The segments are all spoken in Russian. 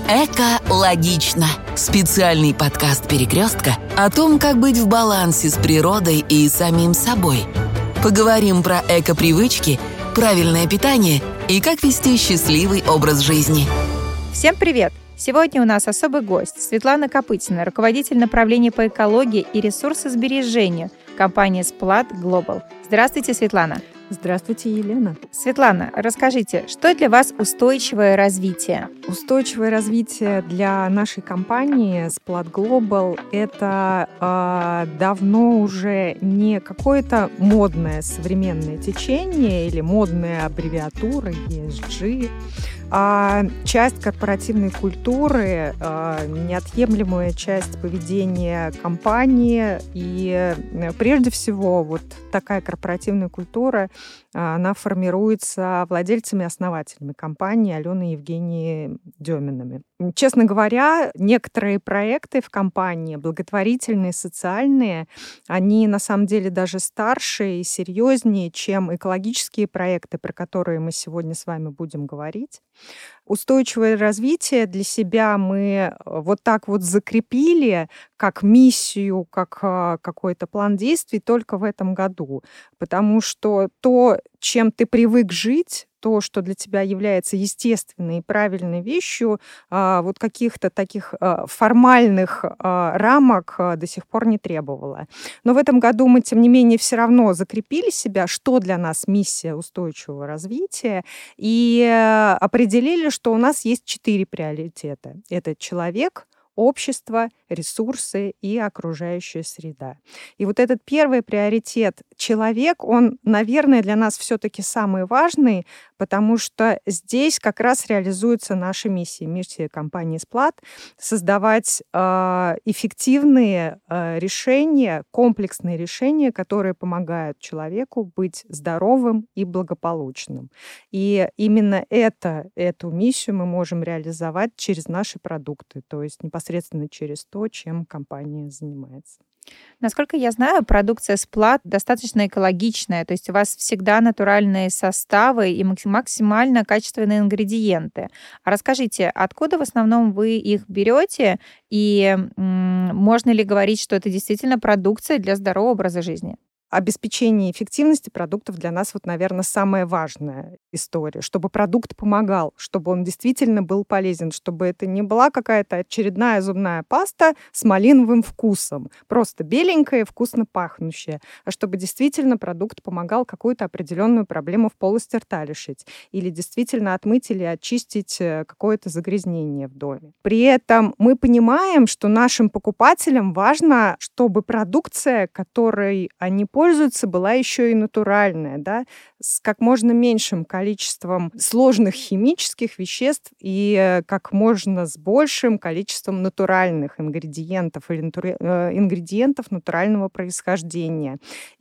Эко-логично. Специальный подкаст «Перекрестка» о том, как быть в балансе с природой и самим собой. Поговорим про эко-привычки, правильное питание и как вести счастливый образ жизни. Всем привет! Сегодня у нас особый гость Светлана Копытина, руководитель направления по экологии и ресурсосбережению компании Splatt Global. Здравствуйте, Светлана. Здравствуйте, Елена. Светлана, расскажите, что для вас устойчивое развитие? Устойчивое развитие для нашей компании Splatt Global — это давно уже не какое-то модное современное течение или модная аббревиатура ESG, а часть корпоративной культуры, неотъемлемая часть поведения компании. И прежде всего вот такая корпоративная культура, она формируется владельцами и основателями компании Аленой и Евгенией Деминами. Честно говоря, некоторые проекты в компании, благотворительные, социальные, они на самом деле даже старше и серьезнее, чем экологические проекты, про которые мы сегодня с вами будем говорить. Устойчивое развитие для себя мы вот так вот закрепили как миссию, как какой-то план действий только в этом году. Потому что то, чем ты привык жить, то, что для тебя является естественной и правильной вещью, вот каких-то таких формальных рамок до сих пор не требовало. Но в этом году мы, тем не менее, все равно закрепили себя, что для нас миссия устойчивого развития, и определили, что у нас есть 4 приоритета. Это человек, общество, ресурсы и окружающая среда. И вот этот первый приоритет — человек, он, наверное, для нас все-таки самый важный, потому что здесь как раз реализуется наша миссия, миссия компании Splatt — создавать эффективные решения, комплексные решения, которые помогают человеку быть здоровым и благополучным. И именно эту миссию мы можем реализовать через наши продукты, то есть непосредственно через то, чем компания занимается. Насколько я знаю, продукция Splatt достаточно экологичная, то есть у вас всегда натуральные составы и максимально качественные ингредиенты. А расскажите, откуда в основном вы их берете и можно ли говорить, что это действительно продукция для здорового образа жизни? Обеспечение эффективности продуктов для нас, вот, наверное, самая важная история. Чтобы продукт помогал, чтобы он действительно был полезен, чтобы это не была какая-то очередная зубная паста с малиновым вкусом, просто беленькая и вкусно пахнущая, а чтобы действительно продукт помогал какую-то определенную проблему в полости рта решить или действительно отмыть или очистить какое-то загрязнение в доме. При этом мы понимаем, что нашим покупателям важно, чтобы продукция, которой они пользуются, была еще и натуральная, да, с как можно меньшим количеством сложных химических веществ и как можно с большим количеством натуральных ингредиентов или ингредиентов натурального происхождения.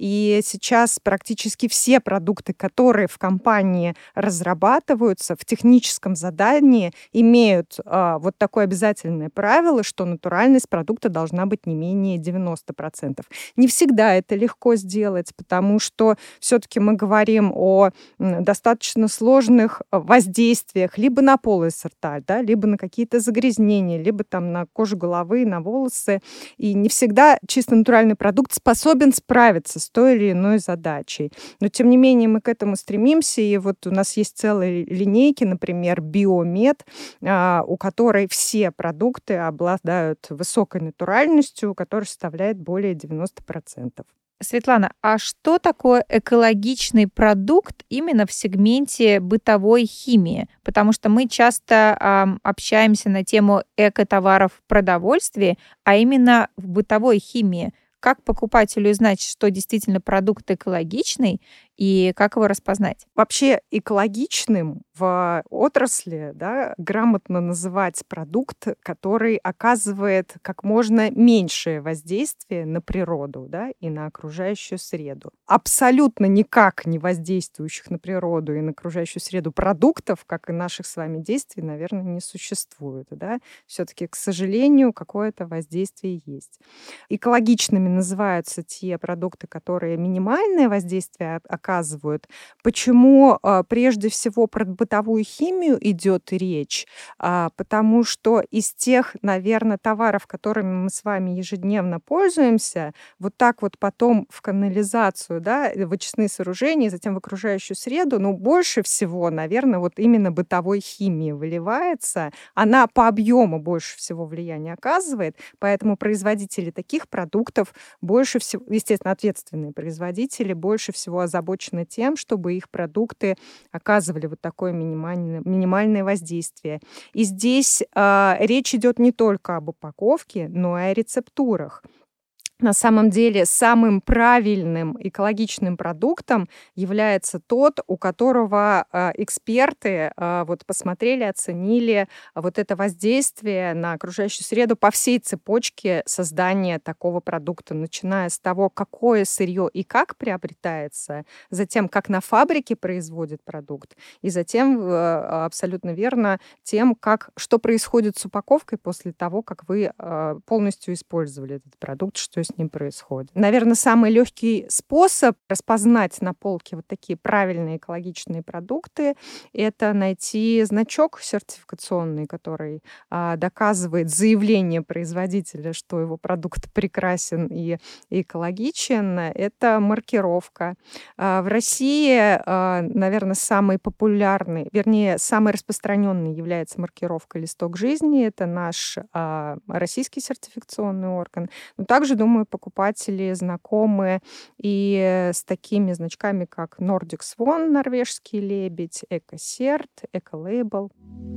И сейчас практически все продукты, которые в компании разрабатываются, в техническом задании имеют вот такое обязательное правило, что натуральность продукта должна быть не менее 90%. Не всегда это легко сделать, потому что все-таки мы говорим о достаточно сложных воздействиях либо на полость рта, да, либо на какие-то загрязнения, либо там на кожу головы, на волосы. И не всегда чисто натуральный продукт способен справиться с той или иной задачей. Но, тем не менее, мы к этому стремимся. И вот у нас есть целые линейки, например, Биомед, у которой все продукты обладают высокой натуральностью, которая составляет более 90%. Светлана, а что такое экологичный продукт именно в сегменте бытовой химии? Потому что мы часто общаемся на тему экотоваров в продовольствии, а именно в бытовой химии. Как покупателю знать, что действительно продукт экологичный, и как его распознать? Вообще экологичным в отрасли, да, грамотно называть продукт, который оказывает как можно меньшее воздействие на природу, да, и на окружающую среду. Абсолютно никак не воздействующих на природу и на окружающую среду продуктов, как и наших с вами действий, наверное, не существует. Да? Все-таки, к сожалению, какое-то воздействие есть. Экологичными называются те продукты, которые минимальное воздействие оказывают рассказывают. Почему прежде всего про бытовую химию идет речь? Потому что из тех, наверное, товаров, которыми мы с вами ежедневно пользуемся, вот так вот потом в канализацию, да, в очистные сооружения, затем в окружающую среду, ну, больше всего, наверное, вот именно бытовой химии выливается. Она по объему больше всего влияния оказывает, поэтому производители таких продуктов больше всего, естественно, ответственные производители, больше всего озабочены тем, чтобы их продукты оказывали вот такое минимальное воздействие. И здесь речь идет не только об упаковке, но и о рецептурах. На самом деле самым правильным экологичным продуктом является тот, у которого эксперты вот посмотрели, оценили вот это воздействие на окружающую среду по всей цепочке создания такого продукта, начиная с того, какое сырье и как приобретается, затем, как на фабрике производит продукт, и затем, абсолютно верно, тем, что происходит с упаковкой после того, как вы полностью использовали этот продукт, что с ним происходит. Наверное, самый легкий способ распознать на полке вот такие правильные экологичные продукты — это найти значок сертификационный, который доказывает заявление производителя, что его продукт прекрасен и экологичен. Это маркировка. В России, наверное, самый популярный, вернее, самый распространенный является маркировка «Листок жизни». Это наш российский сертификационный орган. Но также, думаю, покупатели знакомы и с такими значками, как Nordic Swan, норвежский лебедь, Экосерт, Эколейбл.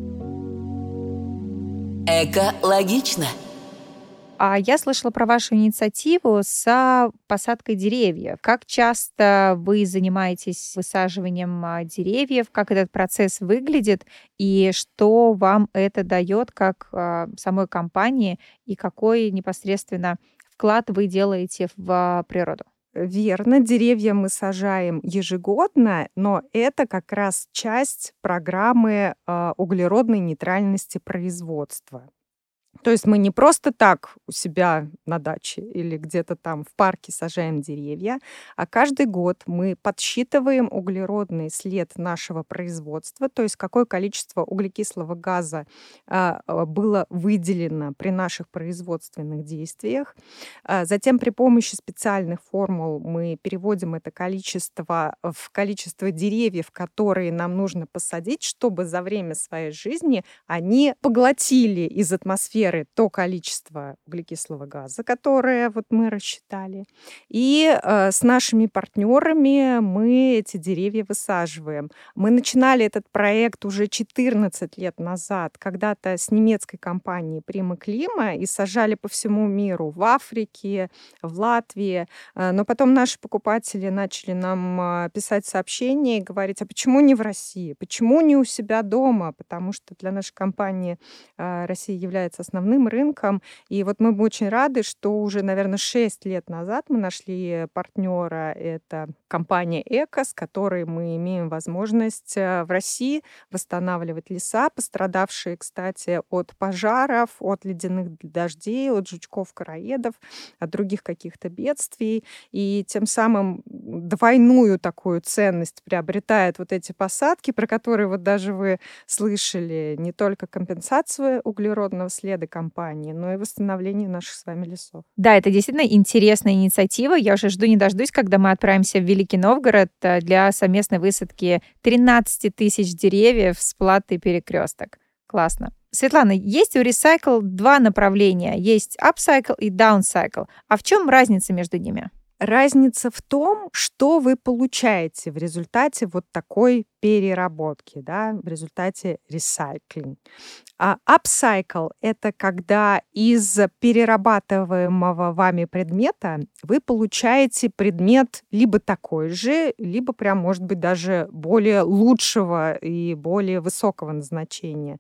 Экологично. Я слышала про вашу инициативу с посадкой деревьев. Как часто вы занимаетесь высаживанием деревьев, как этот процесс выглядит, и что вам это дает как самой компании, и какой непосредственно вклад вы делаете в природу? Верно, деревья мы сажаем ежегодно, но это как раз часть программы углеродной нейтральности производства. То есть мы не просто так у себя на даче или где-то там в парке сажаем деревья, а каждый год мы подсчитываем углеродный след нашего производства, то есть какое количество углекислого газа было выделено при наших производственных действиях. Затем при помощи специальных формул мы переводим это количество в количество деревьев, которые нам нужно посадить, чтобы за время своей жизни они поглотили из атмосферы то количество углекислого газа, которое вот мы рассчитали. И с нашими партнерами мы эти деревья высаживаем. Мы начинали этот проект уже 14 лет назад, когда-то с немецкой компанией Prima Klima, и сажали по всему миру, в Африке, в Латвии. Но потом наши покупатели начали нам писать сообщения и говорить: а почему не в России? Почему не у себя дома? Потому что для нашей компании Россия является основным рынком. И вот мы бы очень рады, что уже, наверное, 6 лет назад мы нашли партнера. Это компания «Эко», с которой мы имеем возможность в России восстанавливать леса, пострадавшие, кстати, от пожаров, от ледяных дождей, от жучков-короедов, от других каких-то бедствий. И тем самым двойную такую ценность приобретают вот эти посадки, про которые вот даже вы слышали, не только компенсацию углеродного следа компании, но и восстановление наших с вами лесов. Да, это действительно интересная инициатива. Я уже жду не дождусь, когда мы отправимся в Великий Новгород для совместной высадки 13 тысяч деревьев с платой «Перекресток». Классно. Светлана, есть у Recycle два направления. Есть upcycle и downcycle. А в чем разница между ними? Разница в том, что вы получаете в результате вот такой переработки, да, в результате recycling. А upcycle — это когда из перерабатываемого вами предмета вы получаете предмет либо такой же, либо прям, может быть, даже более лучшего и более высокого назначения.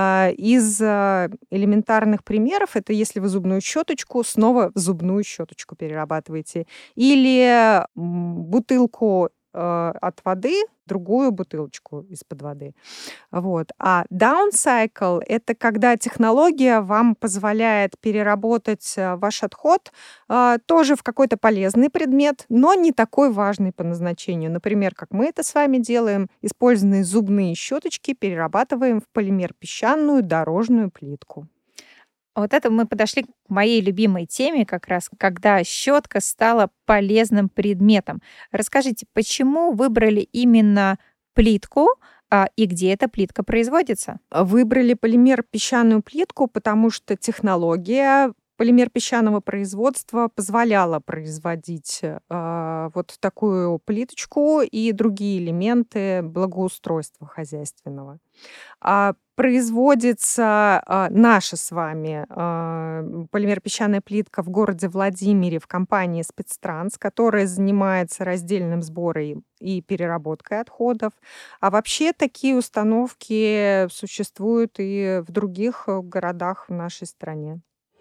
Из элементарных примеров — это если вы зубную щеточку снова в зубную щеточку перерабатываете, или бутылку от воды другую бутылочку из-под воды. Вот. А downcycle — это когда технология вам позволяет переработать ваш отход тоже в какой-то полезный предмет, но не такой важный по назначению. Например, как мы это с вами делаем, использованные зубные щеточки перерабатываем в полимер песчаную дорожную плитку. Вот это мы подошли к моей любимой теме, как раз когда щетка стала полезным предметом. Расскажите, почему выбрали именно плитку, и где эта плитка производится? Выбрали полимер песчаную плитку, потому что технология полимер песчаного производства позволяла производить вот такую плиточку и другие элементы благоустройства хозяйственного. Производится наша с вами полимер песчаная плитка в городе Владимире в компании «Спецтранс», которая занимается раздельным сбором и переработкой отходов. А вообще такие установки существуют и в других городах в нашей стране.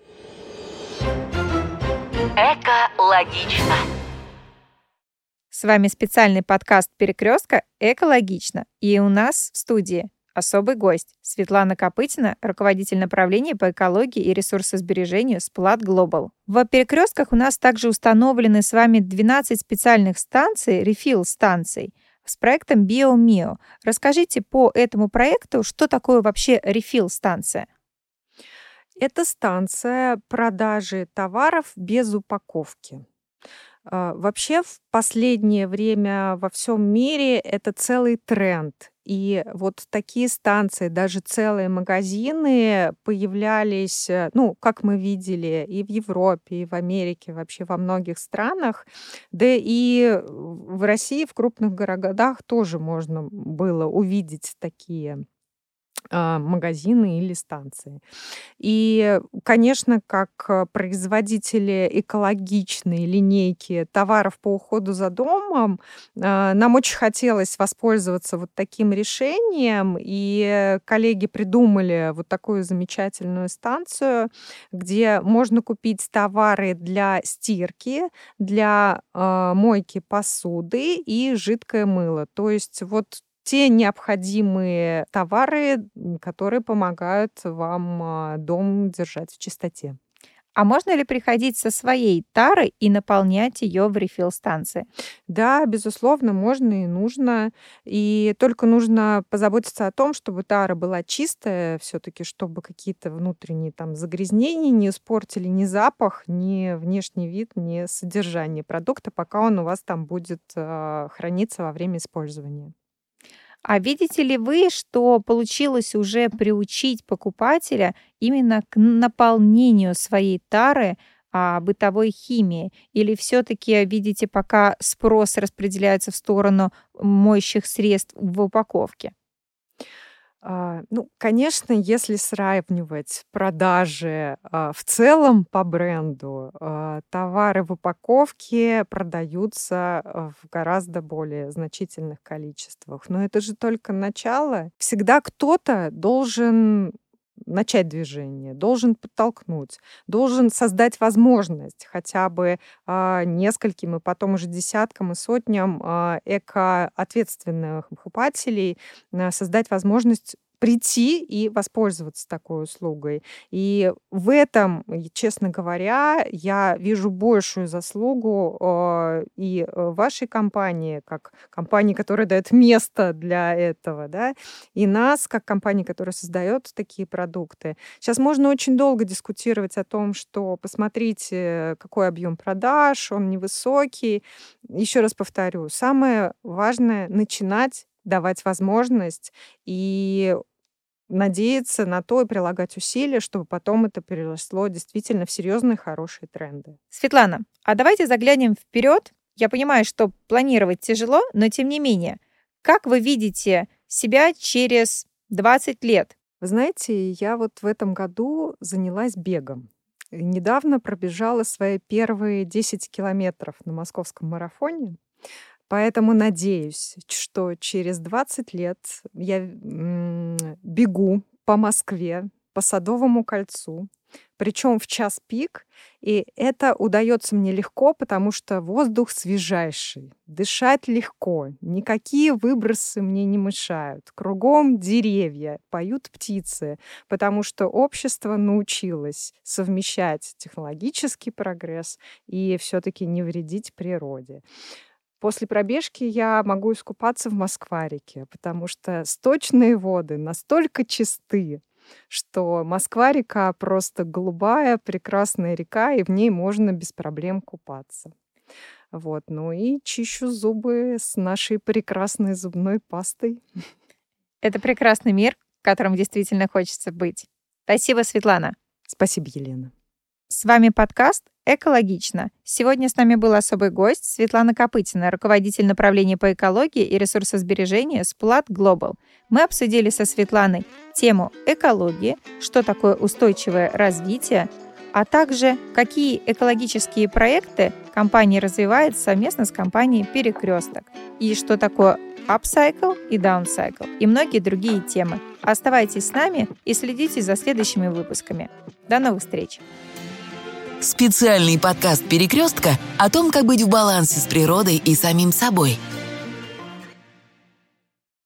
Экологично. С вами специальный подкаст «Перекрестка. Экологично». И у нас в студии особый гость Светлана Копытина, руководитель направления по экологии и ресурсосбережению Splad Global. В перекрестках у нас также установлены с вами 12 специальных станций, рефил-станций, с проектом BioMio. Расскажите по этому проекту, что такое вообще рефил-станция? Это станция продажи товаров без упаковки. Вообще в последнее время во всем мире это целый тренд. И вот такие станции, даже целые магазины появлялись, как мы видели, и в Европе, и в Америке, вообще во многих странах. Да и в России, в крупных городах тоже можно было увидеть такие магазины или станции. И, конечно, как производители экологичной линейки товаров по уходу за домом, нам очень хотелось воспользоваться вот таким решением, и коллеги придумали вот такую замечательную станцию, где можно купить товары для стирки, для мойки посуды и жидкое мыло. То есть вот те необходимые товары, которые помогают вам дом держать в чистоте. А можно ли приходить со своей тарой и наполнять ее в рефил-станции? Да, безусловно, можно и нужно. И только нужно позаботиться о том, чтобы тара была чистая, все-таки, чтобы какие-то внутренние там загрязнения не испортили ни запах, ни внешний вид, ни содержание продукта, пока он у вас там будет храниться во время использования. А видите ли вы, что получилось уже приучить покупателя именно к наполнению своей тары бытовой химии? Или все-таки видите, пока спрос распределяется в сторону моющих средств в упаковке? Конечно, если сравнивать продажи в целом по бренду, товары в упаковке продаются в гораздо более значительных количествах. Но это же только начало. Всегда кто-то должен начать движение, должен подтолкнуть, должен создать возможность хотя бы нескольким, и потом уже десяткам и сотням экоответственных покупателей создать возможность прийти и воспользоваться такой услугой. И в этом, честно говоря, я вижу большую заслугу и вашей компании, как компании, которая дает место для этого, да, и нас, как компании, которая создает такие продукты. Сейчас можно очень долго дискутировать о том, что посмотрите, какой объем продаж, он невысокий. Еще раз повторю, самое важное — начинать давать возможность и надеяться на то и прилагать усилия, чтобы потом это переросло действительно в серьезные хорошие тренды. Светлана, а давайте заглянем вперед. Я понимаю, что планировать тяжело, но тем не менее, как вы видите себя через 20 лет? Вы знаете, я вот в этом году занялась бегом. Недавно пробежала свои первые 10 километров на московском марафоне. Поэтому надеюсь, что через 20 лет я бегу по Москве, по Садовому кольцу, причем в час пик. И это удается мне легко, потому что воздух свежайший, дышать легко, никакие выбросы мне не мешают. Кругом деревья, поют птицы, потому что общество научилось совмещать технологический прогресс и все-таки не вредить природе. После пробежки я могу искупаться в Москва-реке, потому что сточные воды настолько чисты, что Москва-река просто голубая, прекрасная река, и в ней можно без проблем купаться. Вот. Ну и чищу зубы с нашей прекрасной зубной пастой. Это прекрасный мир, в котором действительно хочется быть. Спасибо, Светлана. Спасибо, Елена. С вами подкаст «Экологично». Сегодня с нами был особый гость Светлана Копытина, руководитель направления по экологии и ресурсосбережению Splad Global. Мы обсудили со Светланой тему экологии, что такое устойчивое развитие, а также какие экологические проекты компания развивает совместно с компанией «Перекресток», и что такое upcycle и downcycle, и многие другие темы. Оставайтесь с нами и следите за следующими выпусками. До новых встреч! Специальный подкаст «Перекрестка» о том, как быть в балансе с природой и самим собой –